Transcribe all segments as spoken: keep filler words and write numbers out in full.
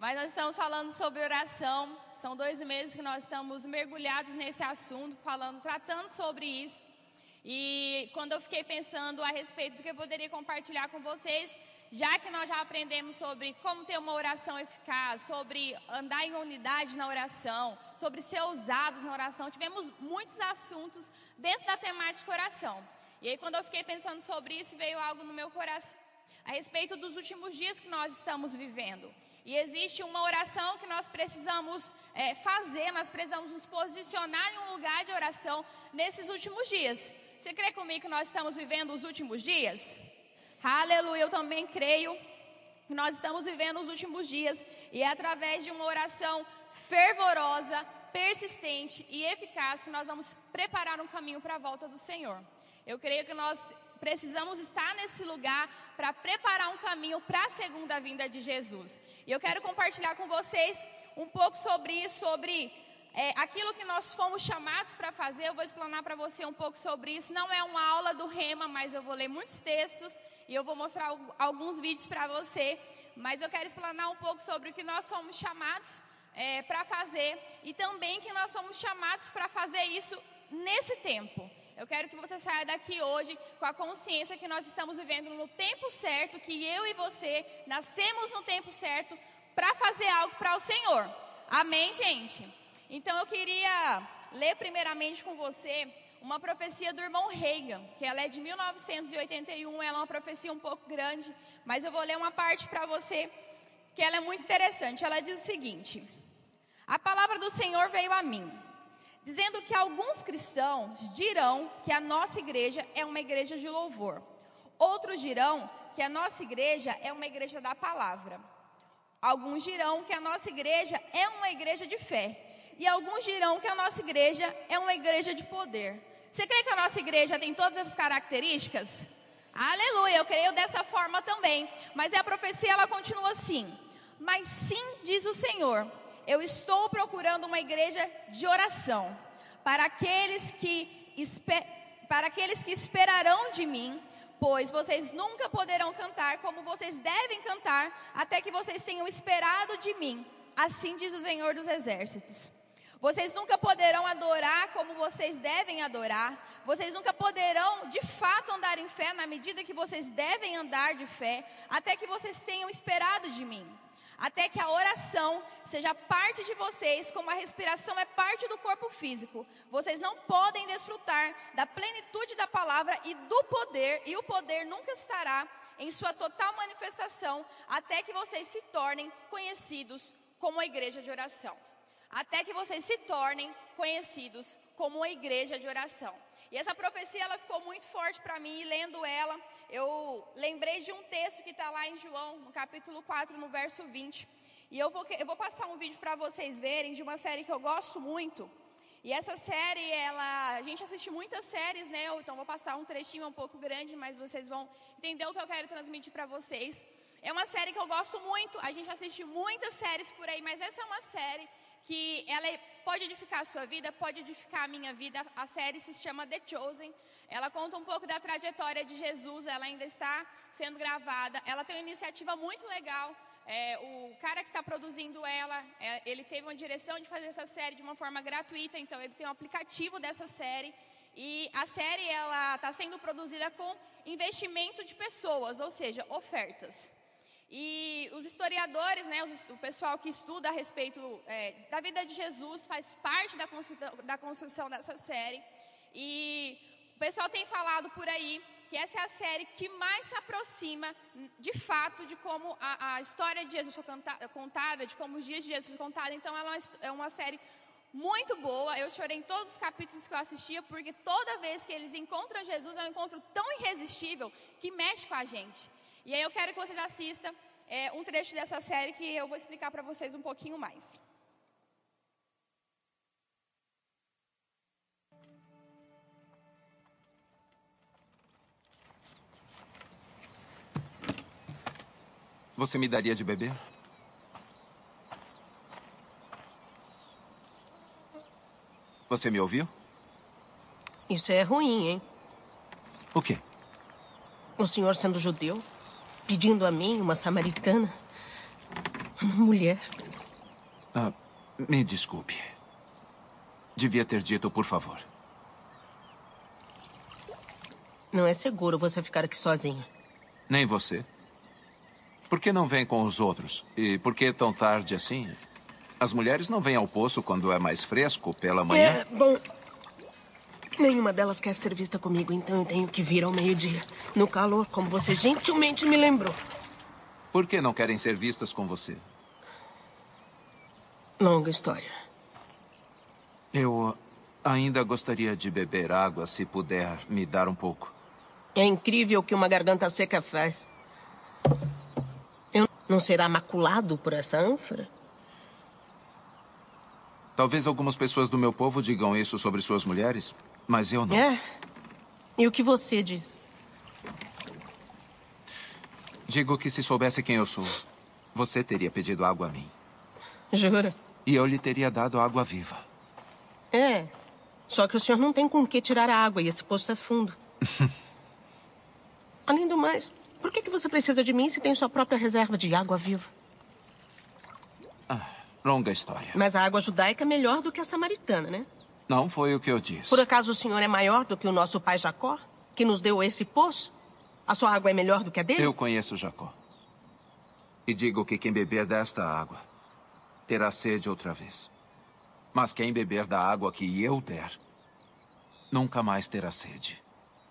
Mas nós estamos falando sobre oração. São dois meses que nós estamos mergulhados nesse assunto, falando, tratando sobre isso. E quando eu fiquei pensando a respeito do que eu poderia compartilhar com vocês, já que nós já aprendemos sobre como ter uma oração eficaz, sobre andar em unidade na oração, sobre ser ousados na oração, tivemos muitos assuntos dentro da temática oração. E aí quando eu fiquei pensando sobre isso, veio algo no meu coração a respeito dos últimos dias que nós estamos vivendo. E existe uma oração que nós precisamos é, fazer, nós precisamos nos posicionar em um lugar de oração nesses últimos dias. Você crê comigo que nós estamos vivendo os últimos dias? Aleluia, eu também creio que nós estamos vivendo os últimos dias. E é através de uma oração fervorosa, persistente e eficaz que nós vamos preparar um caminho para a volta do Senhor. Eu creio que nós precisamos estar nesse lugar para preparar um caminho para a segunda vinda de Jesus. E eu quero compartilhar com vocês um pouco sobre isso, sobre é, aquilo que nós fomos chamados para fazer. Eu vou explanar para você um pouco sobre isso. Não é uma aula do Rema, mas eu vou ler muitos textos e eu vou mostrar alguns vídeos para você. Mas eu quero explanar um pouco sobre o que nós fomos chamados é, para fazer e também que nós fomos chamados para fazer isso nesse tempo. Eu quero que você saia daqui hoje com a consciência que nós estamos vivendo no tempo certo, que eu e você nascemos no tempo certo para fazer algo para o Senhor. Amém, gente? Então eu queria ler primeiramente com você uma profecia do irmão Reagan, que ela é de mil novecentos e oitenta e um, ela é uma profecia um pouco grande, mas eu vou ler uma parte para você que ela é muito interessante. Ela diz o seguinte: a palavra do Senhor veio a mim, dizendo que alguns cristãos dirão que a nossa igreja é uma igreja de louvor. Outros dirão que a nossa igreja é uma igreja da palavra. Alguns dirão que a nossa igreja é uma igreja de fé. E alguns dirão que a nossa igreja é uma igreja de poder. Você crê que a nossa igreja tem todas essas características? Aleluia, eu creio dessa forma também. Mas a profecia ela continua assim: mas sim, diz o Senhor, eu estou procurando uma igreja de oração, para aqueles que, para aqueles que esperarão de mim, pois vocês nunca poderão cantar como vocês devem cantar, até que vocês tenham esperado de mim, assim diz o Senhor dos Exércitos. Vocês nunca poderão adorar como vocês devem adorar, vocês nunca poderão de fato andar em fé na medida que vocês devem andar de fé, até que vocês tenham esperado de mim. Até que a oração seja parte de vocês, como a respiração é parte do corpo físico. Vocês não podem desfrutar da plenitude da palavra e do poder, e o poder nunca estará em sua total manifestação, até que vocês se tornem conhecidos como a igreja de oração. Até que vocês se tornem conhecidos como a igreja de oração. E essa profecia ela ficou muito forte para mim, e lendo ela, eu lembrei de um texto que está lá em João, no capítulo quatro, no verso vinte. E eu vou, eu vou passar um vídeo para vocês verem de uma série que eu gosto muito. E essa série, ela, a gente assiste muitas séries, né? Então vou passar um trechinho um pouco grande, mas vocês vão entender o que eu quero transmitir para vocês. É uma série que eu gosto muito, a gente assiste muitas séries por aí, mas essa é uma série que ela pode edificar a sua vida, pode edificar a minha vida. A série se chama The Chosen. Ela conta um pouco da trajetória de Jesus, ela ainda está sendo gravada. Ela tem uma iniciativa muito legal. É, o cara que está produzindo ela, é, ele teve uma direção de fazer essa série de uma forma gratuita, então ele tem um aplicativo dessa série. E a série ela está sendo produzida com investimento de pessoas, ou seja, ofertas. E os historiadores, né, os, o pessoal que estuda a respeito é, da vida de Jesus faz parte da construção, da construção dessa série. E o pessoal tem falado por aí que essa é a série que mais se aproxima, de fato, de como a, a história de Jesus foi contada, de como os dias de Jesus foram contados. Então, ela é uma série muito boa. Eu chorei em todos os capítulos que eu assistia, porque toda vez que eles encontram Jesus, é um encontro tão irresistível que mexe com a gente. E aí eu quero que vocês assistam é, um trecho dessa série que eu vou explicar para vocês um pouquinho mais. Você me daria de beber? Você me ouviu? Isso é ruim, hein? O quê? O senhor sendo judeu, pedindo a mim, uma samaritana. Uma mulher. Ah, me desculpe. Devia ter dito, por favor. Não é seguro você ficar aqui sozinho. Nem você. Por que não vem com os outros? E por que tão tarde assim? As mulheres não vêm ao poço quando é mais fresco pela manhã? É, bom... Nenhuma delas quer ser vista comigo, então eu tenho que vir ao meio-dia. No calor, como você gentilmente me lembrou. Por que não querem ser vistas com você? Longa história. Eu ainda gostaria de beber água, se puder me dar um pouco. É incrível o que uma garganta seca faz. Eu não será maculado por essa ânfora? Talvez algumas pessoas do meu povo digam isso sobre suas mulheres, mas eu não. É? E o que você diz? Digo que se soubesse quem eu sou, você teria pedido água a mim. Jura? E eu lhe teria dado água viva. É. Só que o senhor não tem com que tirar a água e esse poço é fundo. Além do mais, por que que você precisa de mim se tem sua própria reserva de água viva? Ah, longa história. Mas a água judaica é melhor do que a samaritana, né? Não foi o que eu disse. Por acaso o senhor é maior do que o nosso pai Jacó, que nos deu esse poço? A sua água é melhor do que a dele? Eu conheço Jacó. E digo que quem beber desta água terá sede outra vez. Mas quem beber da água que eu der, nunca mais terá sede.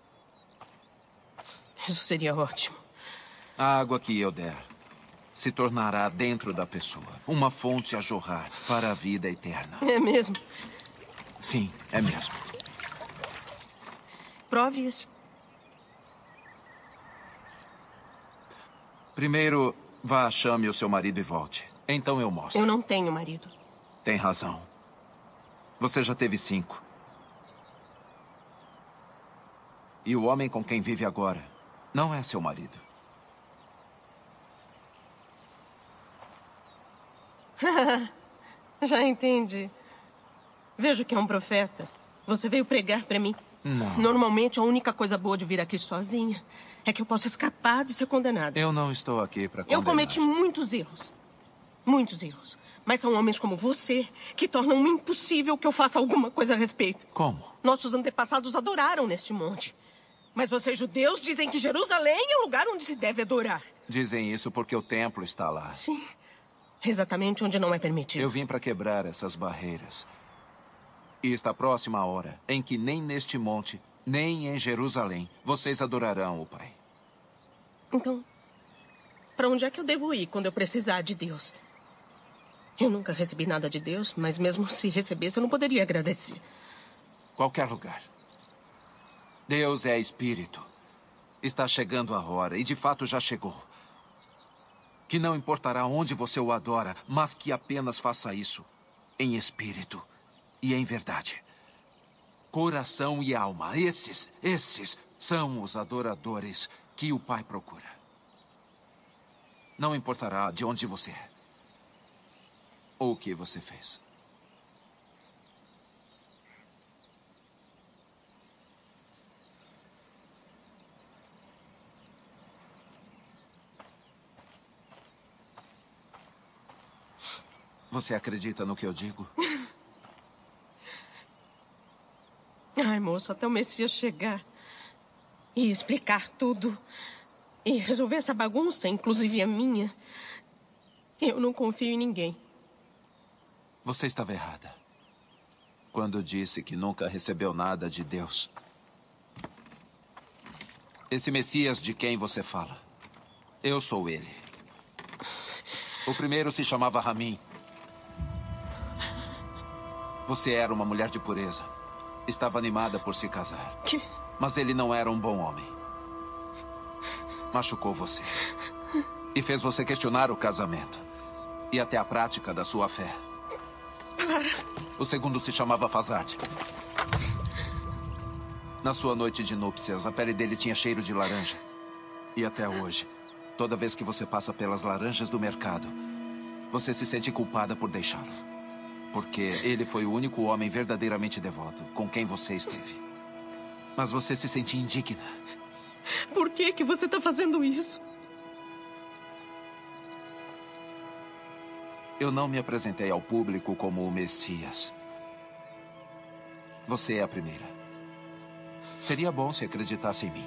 Isso seria ótimo. A água que eu der se tornará dentro da pessoa uma fonte a jorrar para a vida eterna. É mesmo? Sim, é mesmo. Prove isso. Primeiro, vá, chame o seu marido e volte. Então eu mostro. Eu não tenho marido. Tem razão. Você já teve cinco. E o homem com quem vive agora não é seu marido. Já entendi. Vejo que é um profeta. Você veio pregar para mim. Não. Normalmente, a única coisa boa de vir aqui sozinha é que eu posso escapar de ser condenada. Eu não estou aqui para condenar. Eu cometi muitos erros. Muitos erros. Mas são homens como você que tornam impossível que eu faça alguma coisa a respeito. Como? Nossos antepassados adoraram neste monte. Mas vocês, judeus, dizem que Jerusalém é o lugar onde se deve adorar. Dizem isso porque o templo está lá. Sim. Exatamente onde não é permitido. Eu vim para quebrar essas barreiras. E está próxima a hora em que nem neste monte, nem em Jerusalém, vocês adorarão o Pai. Então, para onde é que eu devo ir quando eu precisar de Deus? Eu nunca recebi nada de Deus, mas mesmo se recebesse, eu não poderia agradecer. Qualquer lugar. Deus é espírito. Está chegando a hora, e de fato já chegou. Que não importará onde você o adora, mas que apenas faça isso em espírito e em verdade. Coração e alma, esses, esses são os adoradores que o Pai procura. Não importará de onde você é ou o que você fez. Você acredita no que eu digo? Ai, moço, até o Messias chegar e explicar tudo e resolver essa bagunça, inclusive a minha, eu não confio em ninguém. Você estava errada quando disse que nunca recebeu nada de Deus. Esse Messias de quem você fala, eu sou ele. O primeiro se chamava Ramim. Você era uma mulher de pureza. Estava animada por se casar. Que? Mas ele não era um bom homem. Machucou você. E fez você questionar o casamento. E até a prática da sua fé. O segundo se chamava Fazard. Na sua noite de núpcias, a pele dele tinha cheiro de laranja. E até hoje, toda vez que você passa pelas laranjas do mercado, você se sente culpada por deixá-lo. Porque ele foi o único homem verdadeiramente devoto com quem você esteve. Mas você se sentia indigna. Por que que você está fazendo isso? Eu não me apresentei ao público como o Messias. Você é a primeira. Seria bom se acreditasse em mim.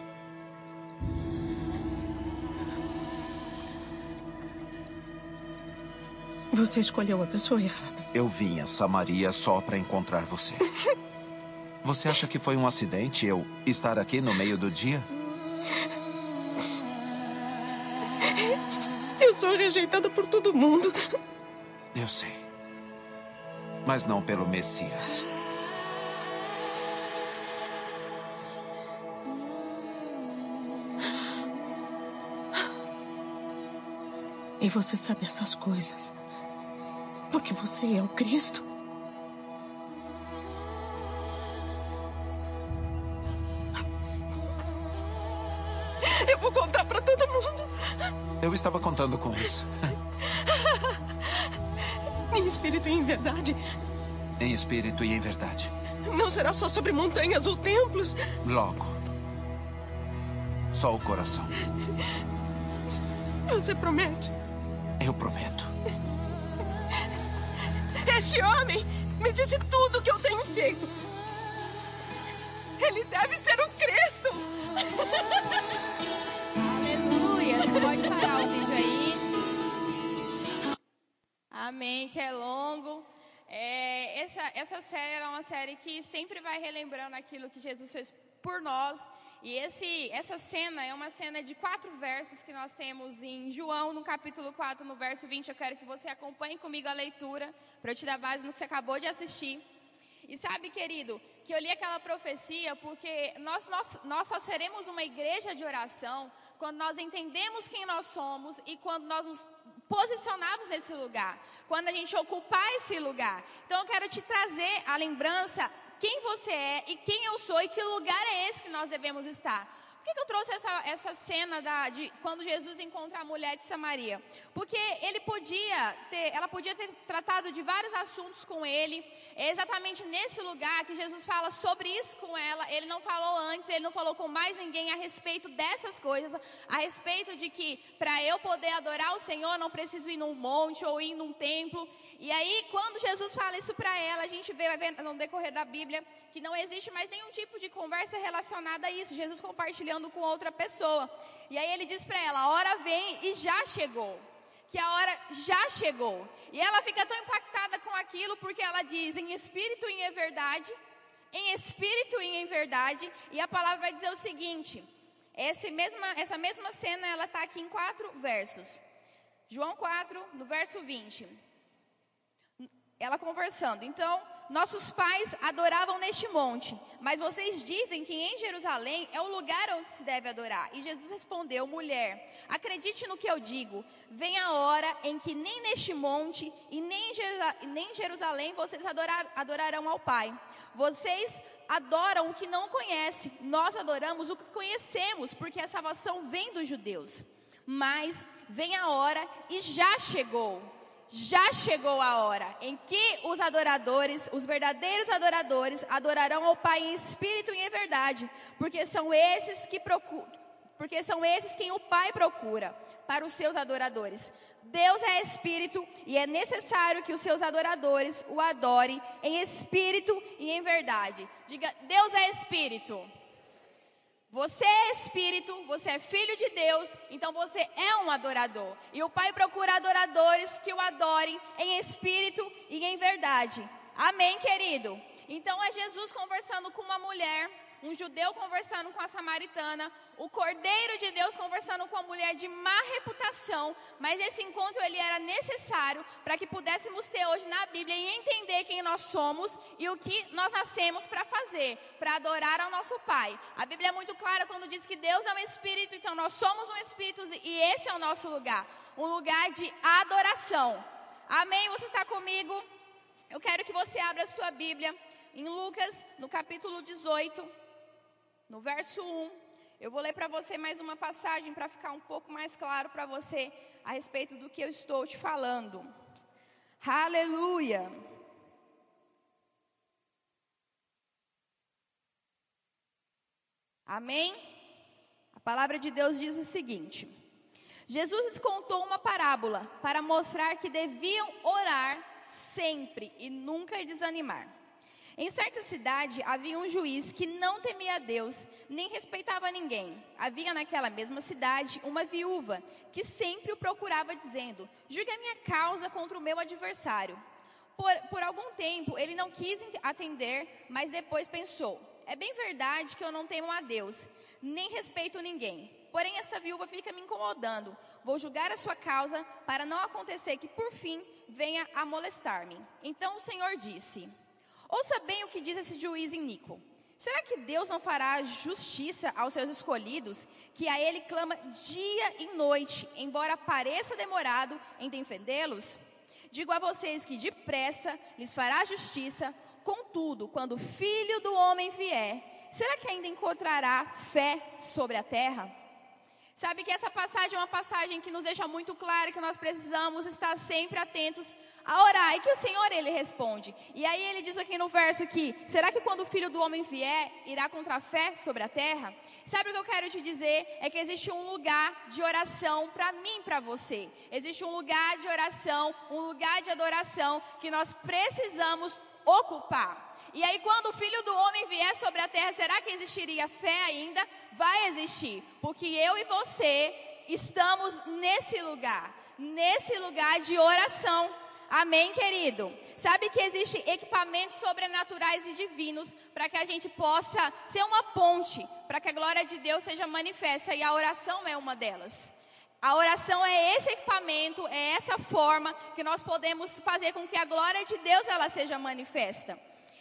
Você escolheu a pessoa errada. Eu vim a Samaria só para encontrar você. Você acha que foi um acidente eu estar aqui no meio do dia? Eu sou rejeitada por todo mundo. Eu sei. Mas não pelo Messias. E você sabe essas coisas porque você é o Cristo. Eu vou contar para todo mundo. Eu estava contando com isso. Em espírito e em verdade. Em espírito e em verdade. Não será só sobre montanhas ou templos. Logo. Só o coração. Você promete? Eu prometo. Este homem me disse tudo o que eu tenho feito. Ele deve ser o Cristo. Aleluia. Você pode parar o vídeo aí. Amém, que é longo. É, essa, essa série é uma série que sempre vai relembrando aquilo que Jesus fez por nós. E esse, essa cena é uma cena de quatro versos que nós temos em João, no capítulo quatro, no verso vinte. Eu quero que você acompanhe comigo a leitura, para eu te dar base no que você acabou de assistir. E sabe, querido, que eu li aquela profecia porque nós, nós, nós só seremos uma igreja de oração quando nós entendemos quem nós somos e quando nós nos posicionarmos nesse lugar, quando a gente ocupar esse lugar. Então eu quero te trazer a lembrança quem você é e quem eu sou e que lugar é esse que nós devemos estar. Por que, que eu trouxe essa, essa cena da, de quando Jesus encontra a mulher de Samaria? Porque ele podia ter, ela podia ter tratado de vários assuntos com ele. É exatamente nesse lugar que Jesus fala sobre isso com ela. Ele não falou antes, ele não falou com mais ninguém a respeito dessas coisas, a respeito de que para eu poder adorar o Senhor, eu não preciso ir num monte ou ir num templo. E aí, quando Jesus fala isso para ela, a gente vê, vai ver no decorrer da Bíblia que não existe mais nenhum tipo de conversa relacionada a isso. Jesus compartilhando com outra pessoa. E aí ele diz para ela, a hora vem e já chegou. Que a hora já chegou. E ela fica tão impactada com aquilo porque ela diz em espírito e em verdade, em espírito e em verdade. E a palavra vai dizer o seguinte, essa mesma, essa mesma cena ela está aqui em quatro versos. João quatro, no verso vinte. Ela conversando, então, nossos pais adoravam neste monte, mas vocês dizem que em Jerusalém é o lugar onde se deve adorar. E Jesus respondeu, mulher, acredite no que eu digo, vem a hora em que nem neste monte e nem em Jerusalém vocês adorar, adorarão ao Pai. Vocês adoram o que não conhecem, nós adoramos o que conhecemos, porque a salvação vem dos judeus. Mas vem a hora e já chegou. Já chegou a hora em que os adoradores, os verdadeiros adoradores, adorarão ao Pai em espírito e em verdade, porque são esses que procuram, porque são esses quem o Pai procura para os seus adoradores. Deus é espírito e é necessário que os seus adoradores o adorem em espírito e em verdade. Diga, Deus é espírito. Você é espírito, você é filho de Deus, então você é um adorador. E o Pai procura adoradores que o adorem em espírito e em verdade. Amém, querido? Então é Jesus conversando com uma mulher, um judeu conversando com a samaritana, o Cordeiro de Deus conversando com a mulher de má reputação, mas esse encontro ele era necessário para que pudéssemos ter hoje na Bíblia e entender quem nós somos e o que nós nascemos para fazer, para adorar ao nosso Pai. A Bíblia é muito clara quando diz que Deus é um Espírito, então nós somos um Espírito e esse é o nosso lugar, um lugar de adoração. Amém? Você está comigo? Eu quero que você abra a sua Bíblia em Lucas, no capítulo dezoito, no verso um. Eu vou ler para você mais uma passagem para ficar um pouco mais claro para você a respeito do que eu estou te falando. Aleluia! Amém? A palavra de Deus diz o seguinte: Jesus lhes contou uma parábola para mostrar que deviam orar sempre e nunca desanimar. Em certa cidade havia um juiz que não temia a Deus, nem respeitava ninguém. Havia naquela mesma cidade uma viúva que sempre o procurava dizendo: julgue a minha causa contra o meu adversário. Por, por algum tempo ele não quis atender, mas depois pensou: é bem verdade que eu não temo a Deus, nem respeito ninguém. Porém esta viúva fica me incomodando. Vou julgar a sua causa para não acontecer que por fim venha a molestar-me. Então o Senhor disse: ouça bem o que diz esse juiz iníquo. Será que Deus não fará justiça aos seus escolhidos, que a Ele clama dia e noite, embora pareça demorado em defendê-los? Digo a vocês que depressa lhes fará justiça. Contudo, quando o Filho do Homem vier, será que ainda encontrará fé sobre a terra? Sabe que essa passagem é uma passagem que nos deixa muito claro que nós precisamos estar sempre atentos a orar, e que o Senhor, Ele responde. E aí ele diz aqui no verso que, será que quando o Filho do Homem vier, irá contra a fé sobre a terra? Sabe o que eu quero te dizer? É que existe um lugar de oração para mim e para você. Existe um lugar de oração, um lugar de adoração que nós precisamos ocupar. E aí quando o Filho do Homem vier sobre a terra, será que existiria fé ainda? Vai existir, porque eu e você estamos nesse lugar, nesse lugar de oração. Amém, querido? Sabe que existem equipamentos sobrenaturais e divinos para que a gente possa ser uma ponte, para que a glória de Deus seja manifesta, e a oração é uma delas. A oração é esse equipamento, é essa forma que nós podemos fazer com que a glória de Deus ela seja manifesta.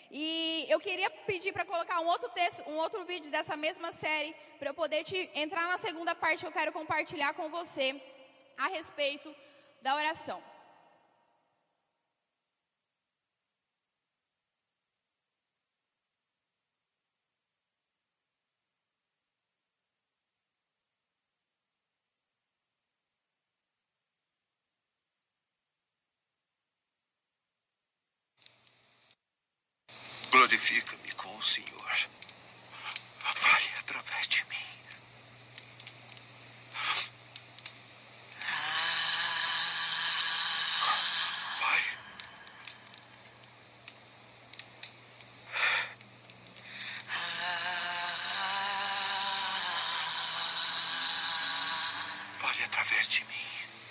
E eu queria pedir para colocar um outro texto, um outro vídeo dessa mesma série, para eu poder te entrar na segunda parte que eu quero compartilhar com você a respeito da oração. Glorifica-me com o Senhor. Fale através de mim. Pai. Fale através de mim.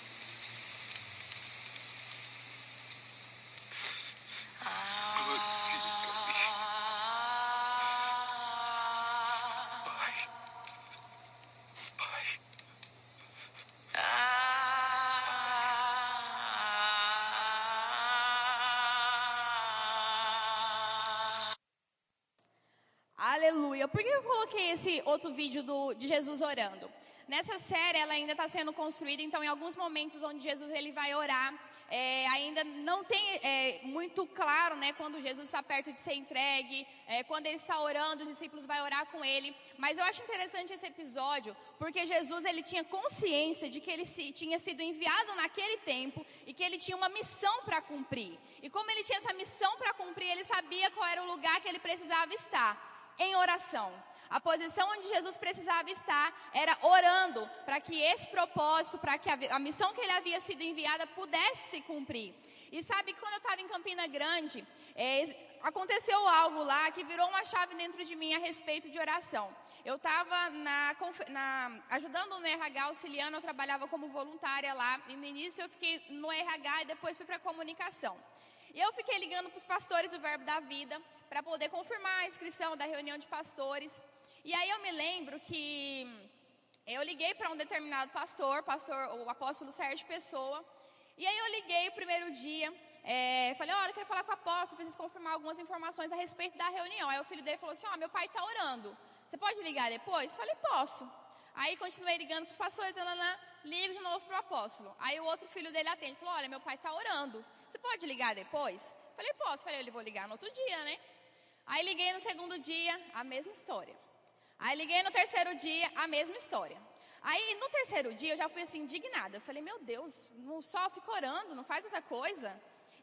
Aleluia. Por que eu coloquei esse outro vídeo do, de Jesus orando? Nessa série, ela ainda está sendo construída, então em alguns momentos onde Jesus ele vai orar, é, ainda não tem é, muito claro, né, quando Jesus está perto de ser entregue, é, quando ele está orando, os discípulos vão orar com ele. Mas eu acho interessante esse episódio, porque Jesus ele tinha consciência de que ele se, tinha sido enviado naquele tempo e que ele tinha uma missão para cumprir. E como ele tinha essa missão para cumprir, ele sabia qual era o lugar que ele precisava estar. Em oração. A posição onde Jesus precisava estar era orando para que esse propósito, para que a, a missão que ele havia sido enviada pudesse se cumprir. E sabe que quando eu estava em Campina Grande, é, aconteceu algo lá que virou uma chave dentro de mim a respeito de oração. Eu estava na, na, ajudando no R H, auxiliando, eu trabalhava como voluntária lá. E no início eu fiquei no R H e depois fui para a comunicação. E eu fiquei ligando para os pastores do Verbo da Vida para poder confirmar a inscrição da reunião de pastores. E aí eu me lembro que eu liguei para um determinado pastor, pastor, o apóstolo Sérgio Pessoa. E aí eu liguei o primeiro dia, é, falei, olha, eu quero falar com o apóstolo, preciso confirmar algumas informações a respeito da reunião. Aí o filho dele falou assim, ó, oh, meu pai está orando, você pode ligar depois? Eu falei, posso. Aí continuei ligando para os pastores, nananã, ligo de novo para o apóstolo. Aí o outro filho dele atende, falou, olha, meu pai está orando, você pode ligar depois? Eu falei, posso. Falei, eu vou ligar no outro dia, né? Aí liguei no segundo dia, a mesma história. Aí liguei no terceiro dia, a mesma história. Aí no terceiro dia eu já fui assim indignada. Eu falei, meu Deus, não só fica orando, não faz outra coisa.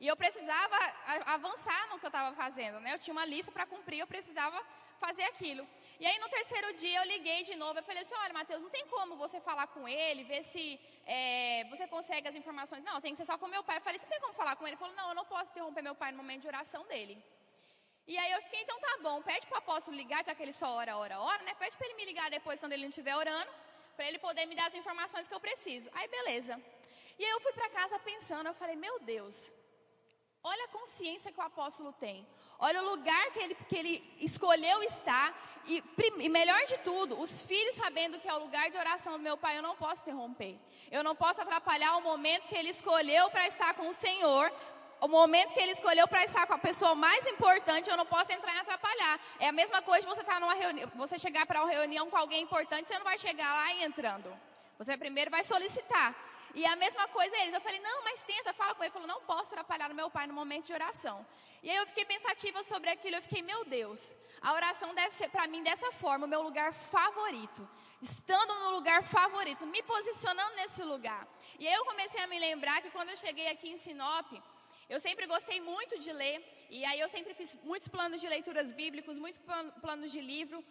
E eu precisava avançar no que eu estava fazendo, né? Eu tinha uma lista para cumprir, eu precisava fazer aquilo. E aí, no terceiro dia, eu liguei de novo. Eu falei assim, olha, Mateus, não tem como você falar com ele, ver se é, você consegue as informações. Não, tem que ser só com meu pai. Eu falei, você tem como falar com ele? Ele falou, não, eu não posso interromper meu pai no momento de oração dele. E aí, eu fiquei, então tá bom, pede para o apóstolo ligar, já que ele só ora, ora, ora, né? Pede para ele me ligar depois, quando ele não estiver orando, para ele poder me dar as informações que eu preciso. Aí, beleza. E aí, eu fui para casa pensando, eu falei, meu Deus, olha a consciência que o apóstolo tem. Olha o lugar que ele, que ele escolheu estar. E, e melhor de tudo, os filhos sabendo que é o lugar de oração do meu pai, eu não posso interromper. Eu não posso atrapalhar o momento que ele escolheu para estar com o Senhor. O momento que ele escolheu para estar com a pessoa mais importante, eu não posso entrar e atrapalhar. É a mesma coisa de você estar numa reunião, você chegar para uma reunião com alguém importante, você não vai chegar lá e entrando. Você primeiro vai solicitar. E a mesma coisa eles. Eu falei, não, mas tenta, fala com ele. Ele falou, não posso atrapalhar o meu pai no momento de oração. E aí eu fiquei pensativa sobre aquilo. Eu fiquei, meu Deus, a oração deve ser para mim dessa forma, o meu lugar favorito. Estando no lugar favorito, me posicionando nesse lugar. E aí eu comecei a me lembrar que quando eu cheguei aqui em Sinop, eu sempre gostei muito de ler. E aí eu sempre fiz muitos planos de leituras bíblicos, muitos planos de livro.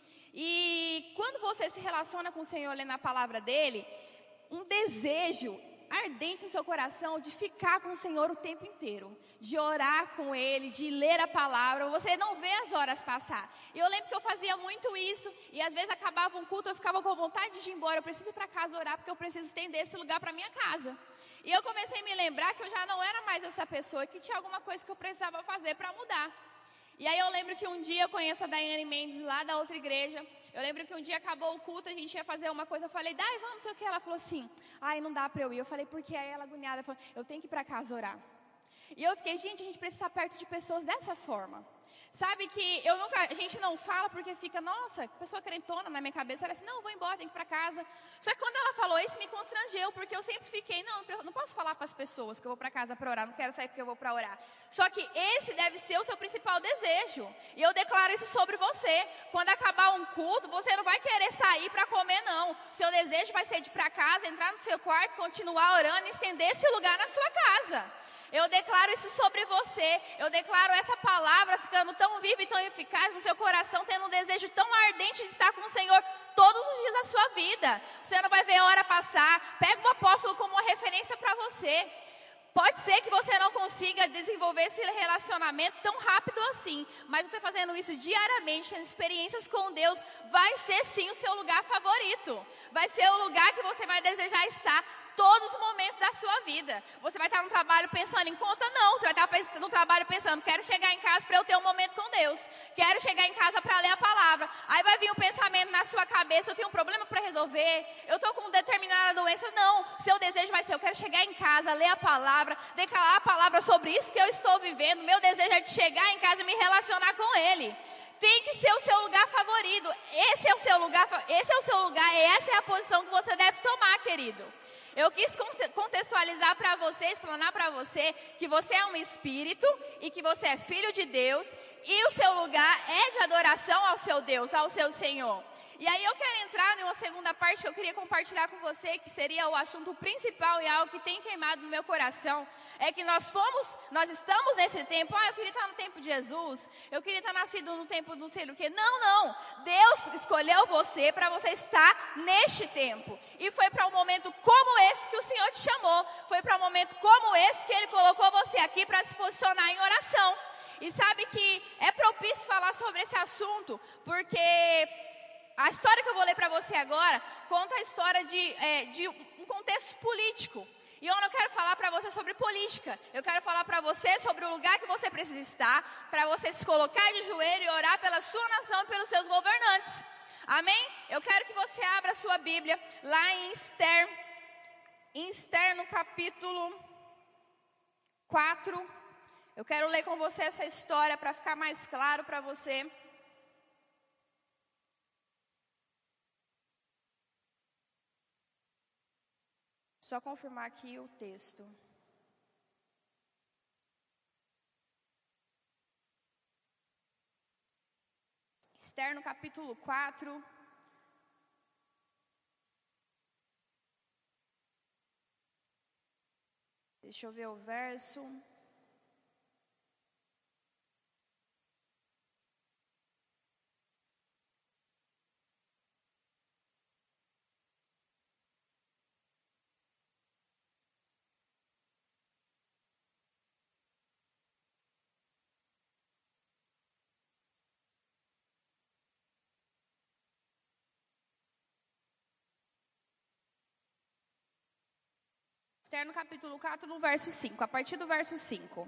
E quando você se relaciona com o Senhor lendo a palavra dele, um desejo ardente no seu coração de ficar com o Senhor o tempo inteiro, de orar com Ele, de ler a palavra, você não vê as horas passar. E eu lembro que eu fazia muito isso, e às vezes acabava um culto, eu ficava com vontade de ir embora, eu preciso ir para casa orar, porque eu preciso estender esse lugar para minha casa. E eu comecei a me lembrar que eu já não era mais essa pessoa, que tinha alguma coisa que eu precisava fazer para mudar. E aí eu lembro que um dia eu conheço a Daiane Mendes lá da outra igreja. Eu lembro que um dia acabou o culto, a gente ia fazer uma coisa. Eu falei, Dai, vamos, não sei o que. Ela falou assim, ai, não dá para eu ir. Eu falei, por quê? Aí ela agoniada, ela falou, eu tenho que ir para casa orar. E eu fiquei, gente, a gente precisa estar perto de pessoas dessa forma. Sabe que eu nunca, a gente não fala porque fica, nossa, pessoa crentona na minha cabeça. Ela assim, não, eu vou embora, tenho que ir para casa. Só que quando ela falou isso, me constrangeu, porque eu sempre fiquei, não, eu não posso falar para as pessoas que eu vou para casa para orar, não quero sair porque eu vou para orar. Só que esse deve ser o seu principal desejo. E eu declaro isso sobre você. Quando acabar um culto, você não vai querer sair para comer, não. Seu desejo vai ser de ir para casa, entrar no seu quarto, continuar orando e estender esse lugar na sua casa. Eu declaro isso sobre você. Eu declaro essa palavra ficando tão viva e tão eficaz no seu coração, tendo um desejo tão ardente de estar com o Senhor todos os dias da sua vida. Você não vai ver a hora passar. Pega o apóstolo como uma referência para você. Pode ser que você não consiga desenvolver esse relacionamento tão rápido assim, mas você fazendo isso diariamente, tendo experiências com Deus, vai ser sim o seu lugar favorito. Vai ser o lugar que você vai desejar estar todos os momentos da sua vida. Você vai estar no trabalho pensando em conta? Não. Você vai estar no trabalho pensando, quero chegar em casa para eu ter um momento com Deus. Quero chegar em casa para ler a palavra. Aí vai vir um pensamento na sua cabeça, eu tenho um problema para resolver, eu estou com determinada doença. Não. Seu desejo vai ser, eu quero chegar em casa, ler a palavra, declarar a palavra sobre isso que eu estou vivendo. Meu desejo é de chegar em casa e me relacionar com Ele. Tem que ser o seu lugar favorito. Esse é o seu lugar, esse é o seu lugar, e essa é a posição que você deve tomar, querido. Eu quis contextualizar para você, explanar para você que você é um espírito e que você é filho de Deus e o seu lugar é de adoração ao seu Deus, ao seu Senhor. E aí eu quero entrar em uma segunda parte que eu queria compartilhar com você, que seria o assunto principal e algo que tem queimado no meu coração. É que nós fomos, nós estamos nesse tempo, ah, eu queria estar no tempo de Jesus, eu queria estar nascido no tempo do não sei o quê. Não, não, Deus escolheu você para você estar neste tempo. E foi para um momento como esse que o Senhor te chamou, foi para um momento como esse que Ele colocou você aqui para se posicionar em oração. E sabe que é propício falar sobre esse assunto, porque a história que eu vou ler para você agora conta a história de, é, de um contexto político. E eu não quero falar para você sobre política. Eu quero falar para você sobre o lugar que você precisa estar, para você se colocar de joelho e orar pela sua nação e pelos seus governantes. Amém? Eu quero que você abra a sua Bíblia lá em Esther, em Esther no capítulo quatro. Eu quero ler com você essa história para ficar mais claro para você. Só confirmar aqui o texto. Esther no capítulo quatro. Deixa eu ver o verso. Esther no capítulo quatro, no verso cinco, a partir do verso cinco.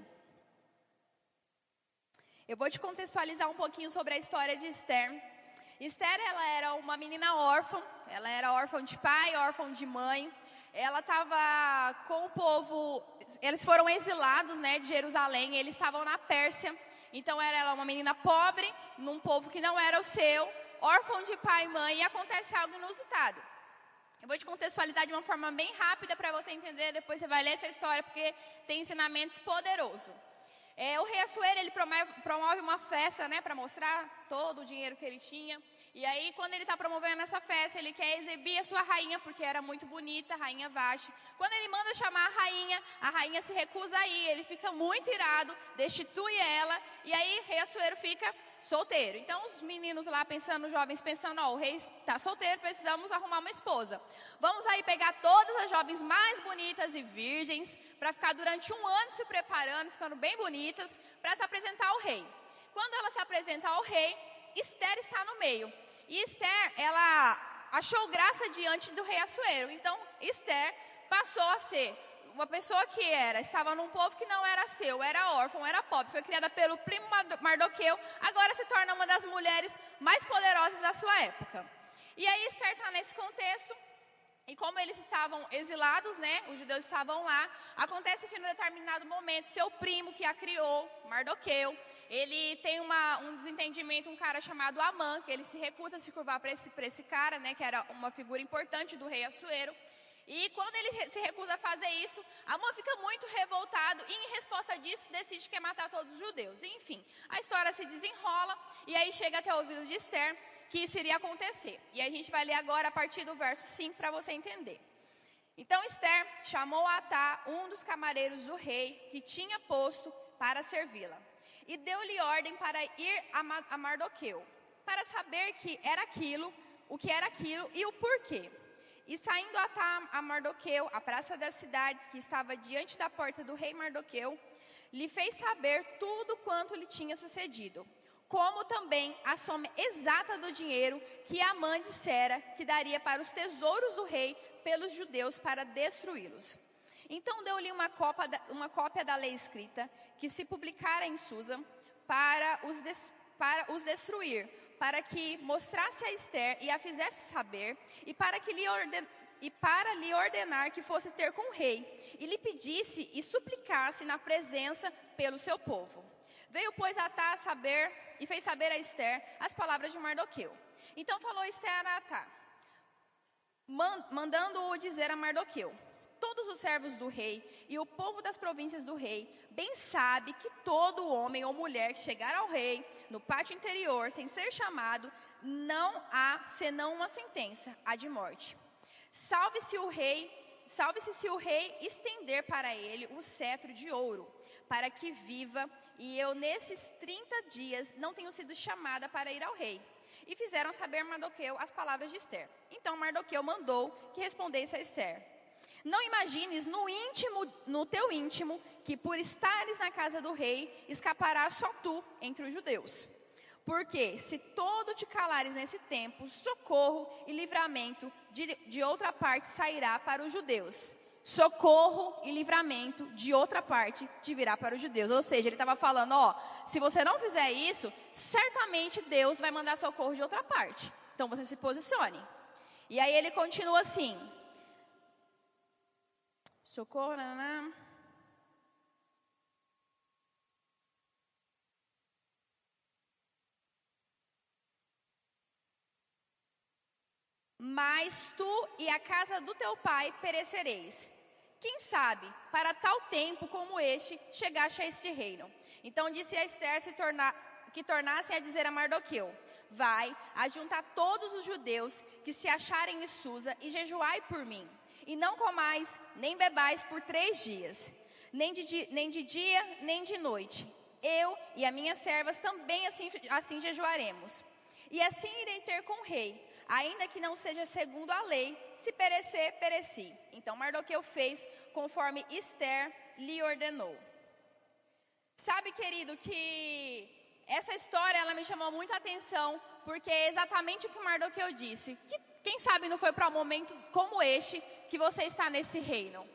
Eu vou te contextualizar um pouquinho sobre a história de Esther. Esther, ela era uma menina órfã, ela era órfã de pai, órfã de mãe. Ela estava com o povo, eles foram exilados, né, de Jerusalém, eles estavam na Pérsia. Então era ela uma menina pobre, num povo que não era o seu, órfã de pai e mãe, e acontece algo inusitado. Eu vou te contextualizar de uma forma bem rápida para você entender, depois você vai ler essa história, porque tem ensinamentos poderosos. É, o rei Assuero, ele promove, promove uma festa, né, para mostrar todo o dinheiro que ele tinha. E aí, quando ele está promovendo essa festa, ele quer exibir a sua rainha, porque era muito bonita, a rainha Vashti. Quando ele manda chamar a rainha, a rainha se recusa a ir, ele fica muito irado, destitui ela, e aí o rei Assuero fica solteiro. Então, os meninos lá pensando, os jovens pensando, ó, o rei está solteiro, precisamos arrumar uma esposa. Vamos aí pegar todas as jovens mais bonitas e virgens, para ficar durante um ano se preparando, ficando bem bonitas, para se apresentar ao rei. Quando ela se apresenta ao rei, Esther está no meio. E Esther, ela achou graça diante do rei Assuero. Então, Esther passou a ser uma pessoa que era, estava num povo que não era seu, era órfão, era pobre, foi criada pelo primo Mardoqueu, agora se torna uma das mulheres mais poderosas da sua época. E aí Esther está nesse contexto, e como eles estavam exilados, né, os judeus estavam lá, acontece que em determinado momento, seu primo que a criou, Mardoqueu, ele tem uma, um desentendimento, um cara chamado Amã, que ele se recusa a se curvar para esse, para esse cara, né, que era uma figura importante do rei Assuero. E quando ele se recusa a fazer isso, Amã fica muito revoltado e, em resposta disso, decide que quer matar todos os judeus. E, enfim, a história se desenrola e aí chega até o ouvido de Esther que isso iria acontecer. E a gente vai ler agora a partir do verso cinco para você entender. Então Esther chamou a Atá, um dos camareiros do rei, que tinha posto para servi-la, e deu-lhe ordem para ir a Mardoqueu, para saber que era aquilo, o que era aquilo e o porquê. E saindo Atá a Mardoqueu, a praça das cidades, que estava diante da porta do rei Mardoqueu, lhe fez saber tudo quanto lhe tinha sucedido, como também a soma exata do dinheiro que Amã dissera que daria para os tesouros do rei pelos judeus para destruí-los. Então deu-lhe uma cópia, da, uma cópia da lei escrita, que se publicara em Susa, para os, des, para os destruir, para que mostrasse a Esther e a fizesse saber, e para, que lhe orden, e para lhe ordenar que fosse ter com o rei, e lhe pedisse e suplicasse na presença pelo seu povo. Veio, pois, Atá a saber, e fez saber a Esther as palavras de Mardoqueu. Então falou Esther a Atá, mandando-o dizer a Mardoqueu: todos os servos do rei e o povo das províncias do rei bem sabe que todo homem ou mulher que chegar ao rei no pátio interior sem ser chamado, não há senão uma sentença, a de morte. Salve-se o rei, salve-se se o rei estender para ele o cetro de ouro, para que viva, e eu nesses trinta dias não tenho sido chamada para ir ao rei. E fizeram saber Mardoqueu as palavras de Esther. Então Mardoqueu mandou que respondesse a Esther: não imagines no íntimo, no teu íntimo, que por estares na casa do rei, escaparás só tu entre os judeus. Porque se todo te calares nesse tempo, socorro e livramento de, de outra parte sairá para os judeus. Socorro e livramento de outra parte te virá para os judeus. Ou seja, ele estava falando, ó, se você não fizer isso, certamente Deus vai mandar socorro de outra parte. Então você se posicione. E aí ele continua assim: socorro, nanã. Mas tu e a casa do teu pai perecereis. Quem sabe, para tal tempo como este, chegaste a este reino. Então disse a Esther se tornar, que tornasse a dizer a Mardoqueu: vai, ajuntar todos os judeus que se acharem em Susa e jejuai por mim. E não comais, nem bebais por três dias, nem de, nem de dia, nem de noite. Eu e as minhas servas também assim, assim jejuaremos. E assim irei ter com o rei, ainda que não seja segundo a lei, se perecer, pereci. Então Mardoqueu fez conforme Esther lhe ordenou. Sabe, querido, que essa história ela me chamou muita atenção, porque é exatamente o que Mardoqueu disse. Que, quem sabe não foi para um momento como este que você está nesse reino.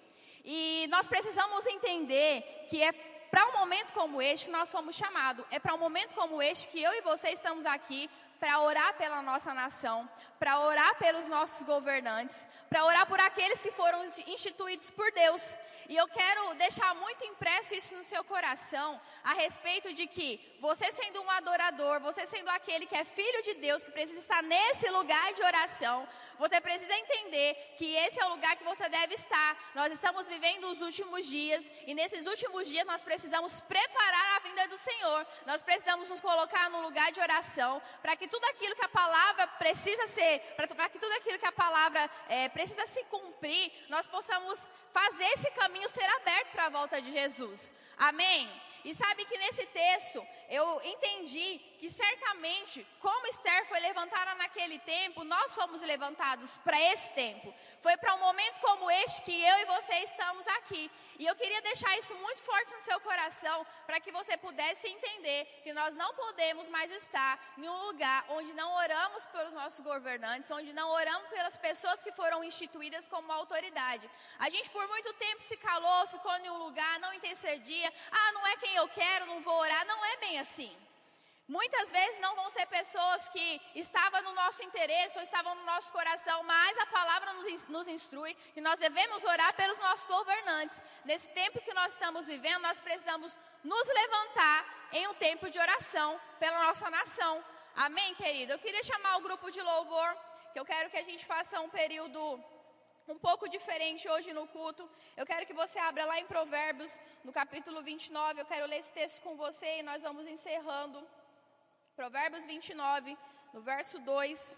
E nós precisamos entender que é para um momento como este que nós fomos chamados. É para um momento como este que eu e você estamos aqui para orar pela nossa nação, para orar pelos nossos governantes, para orar por aqueles que foram instituídos por Deus. E eu quero deixar muito impresso isso no seu coração, a respeito de que você sendo um adorador, você sendo aquele que é filho de Deus, que precisa estar nesse lugar de oração, você precisa entender que esse é o lugar que você deve estar. Nós estamos vivendo os últimos dias, e nesses últimos dias nós precisamos preparar a vinda do Senhor. Nós precisamos nos colocar no lugar de oração, para que tudo aquilo que a palavra precisa ser, para que tudo aquilo que a palavra é, precisa se cumprir, nós possamos fazer esse caminho ser aberto para a volta de Jesus. Amém? E sabe que nesse texto eu entendi que certamente, como Esther foi levantada naquele tempo, nós fomos levantados para esse tempo. Foi para um momento como este que eu e você estamos aqui. E eu queria deixar isso muito forte no seu coração, para que você pudesse entender que nós não podemos mais estar em um lugar onde não oramos pelos nossos governantes, onde não oramos pelas pessoas que foram instituídas como autoridade. A gente por muito tempo se calou, ficou em um lugar, não intercedia. Ah, não é quem eu quero, não vou orar. Não é bem assim. Muitas vezes não vão ser pessoas que estavam no nosso interesse ou estavam no nosso coração, mas a palavra nos, nos instrui que nós devemos orar pelos nossos governantes. Nesse tempo que nós estamos vivendo, nós precisamos nos levantar em um tempo de oração pela nossa nação. Amém, querido? Eu queria chamar o grupo de louvor, que eu quero que a gente faça um período um pouco diferente hoje no culto. Eu quero que você abra lá em Provérbios, no capítulo vinte e nove. Eu quero ler esse texto com você e nós vamos encerrando. Provérbios vinte e nove, no verso dois.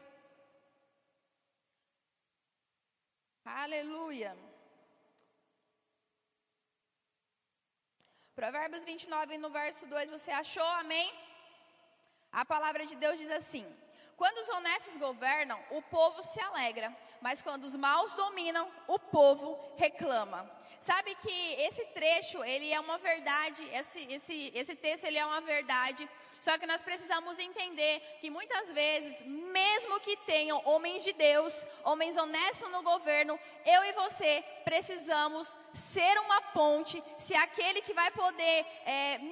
Aleluia. Provérbios vinte e nove, no verso dois, você achou? Amém? A palavra de Deus diz assim: quando os honestos governam, o povo se alegra, mas quando os maus dominam, o povo reclama. Sabe que esse trecho, ele é uma verdade, esse, esse, esse texto ele é uma verdade, só que nós precisamos entender que muitas vezes, mesmo que tenham homens de Deus, homens honestos no governo, eu e você precisamos ser uma ponte, se aquele que vai poder é,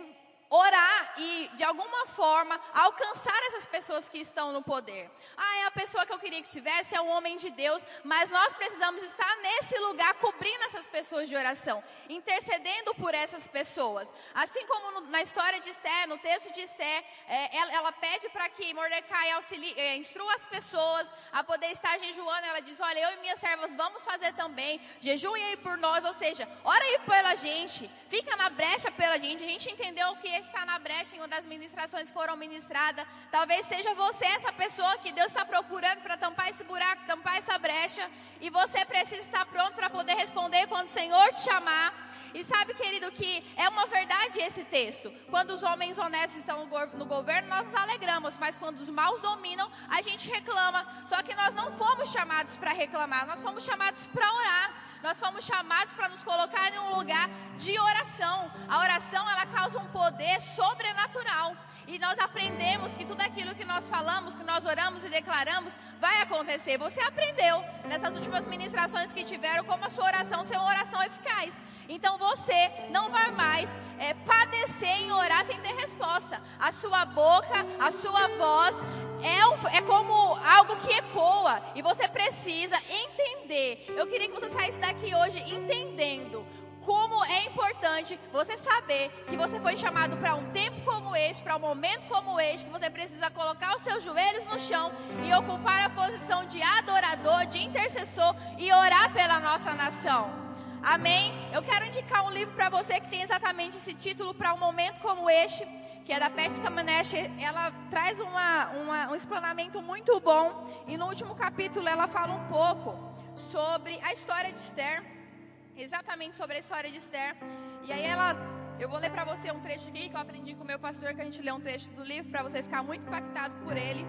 orar e, de alguma forma, alcançar essas pessoas que estão no poder. Ah, é a pessoa que eu queria que tivesse, é um homem de Deus, mas nós precisamos estar nesse lugar, cobrindo essas pessoas de oração, intercedendo por essas pessoas. Assim como no, na história de Esther, no texto de Esther, é, ela, ela pede para que Mordecai auxilie, é, instrua as pessoas a poder estar jejuando. Ela diz: olha, eu e minhas servas vamos fazer também, jejuem aí por nós, ou seja, ora aí pela gente, fica na brecha pela gente. A gente entendeu que está na brecha em uma das ministrações que foram ministradas. Talvez seja você essa pessoa que Deus está procurando para tampar esse buraco, tampar essa brecha, e você precisa estar pronto para poder responder quando o Senhor te chamar. E sabe, querido, que é uma verdade esse texto. Quando os homens honestos estão no governo, nós nos alegramos, mas quando os maus dominam, a gente reclama. Só que nós não fomos chamados para reclamar, nós fomos chamados para orar. Nós fomos chamados para nos colocar em um lugar de oração. A oração, ela causa um poder sobrenatural. E nós aprendemos que tudo aquilo que nós falamos, que nós oramos e declaramos, vai acontecer. Você aprendeu nessas últimas ministrações que tiveram como a sua oração ser uma oração eficaz. Então você não vai mais é, padecer em orar sem ter resposta. A sua boca, a sua voz é, um, é como algo que ecoa. E você precisa entender. Eu queria que você saísse daqui hoje entendendo como é importante você saber que você foi chamado para um tempo como este, para um momento como este, que você precisa colocar os seus joelhos no chão e ocupar a posição de adorador, de intercessor e orar pela nossa nação. Amém? Eu quero indicar um livro para você que tem exatamente esse título, para um momento como este, que é da Beth Kamenesh. Ela traz uma, uma, um explanamento muito bom, e no último capítulo ela fala um pouco sobre a história de Esther, exatamente sobre a história de Esther. E aí ela, eu vou ler para você um trecho aqui que eu aprendi com o meu pastor, que a gente lê um trecho do livro para você ficar muito impactado por ele.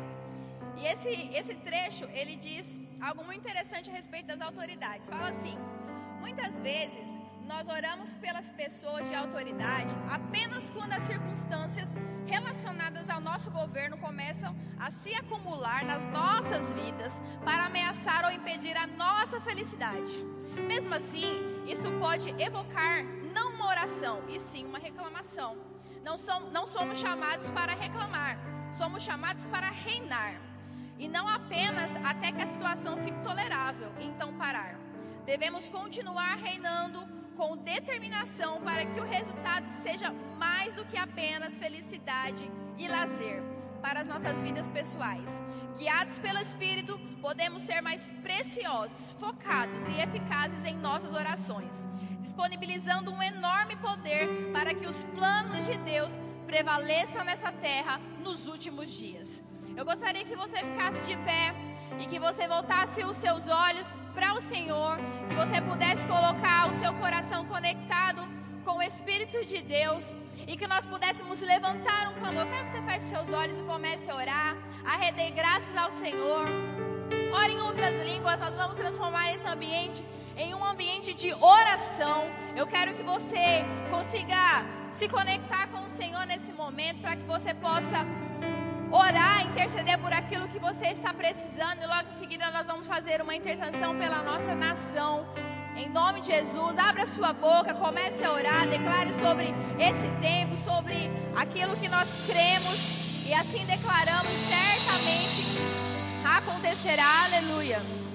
E esse, esse trecho, ele diz algo muito interessante a respeito das autoridades. Fala assim: muitas vezes nós oramos pelas pessoas de autoridade apenas quando as circunstâncias relacionadas ao nosso governo começam a se acumular nas nossas vidas para ameaçar ou impedir a nossa felicidade. Mesmo assim, isso pode evocar não uma oração, e sim uma reclamação. Não, som, não somos chamados para reclamar, somos chamados para reinar. E não apenas até que a situação fique tolerável, então parar. Devemos continuar reinando com determinação para que o resultado seja mais do que apenas felicidade e lazer para as nossas vidas pessoais. Guiados pelo Espírito, podemos ser mais preciosos, focados e eficazes em nossas orações, disponibilizando um enorme poder para que os planos de Deus prevaleçam nessa terra nos últimos dias. Eu gostaria que você ficasse de pé e que você voltasse os seus olhos para o Senhor, que você pudesse colocar o seu coração conectado com o Espírito de Deus e que nós pudéssemos levantar um clamor. Eu quero que você feche seus olhos e comece a orar, a render graças ao Senhor. Ore em outras línguas, nós vamos transformar esse ambiente em um ambiente de oração. Eu quero que você consiga se conectar com o Senhor nesse momento, para que você possa orar, interceder por aquilo que você está precisando. E logo em seguida nós vamos fazer uma intercessão pela nossa nação. Em nome de Jesus, abra sua boca, comece a orar, declare sobre esse tempo, sobre aquilo que nós cremos, e assim declaramos, certamente acontecerá. Aleluia.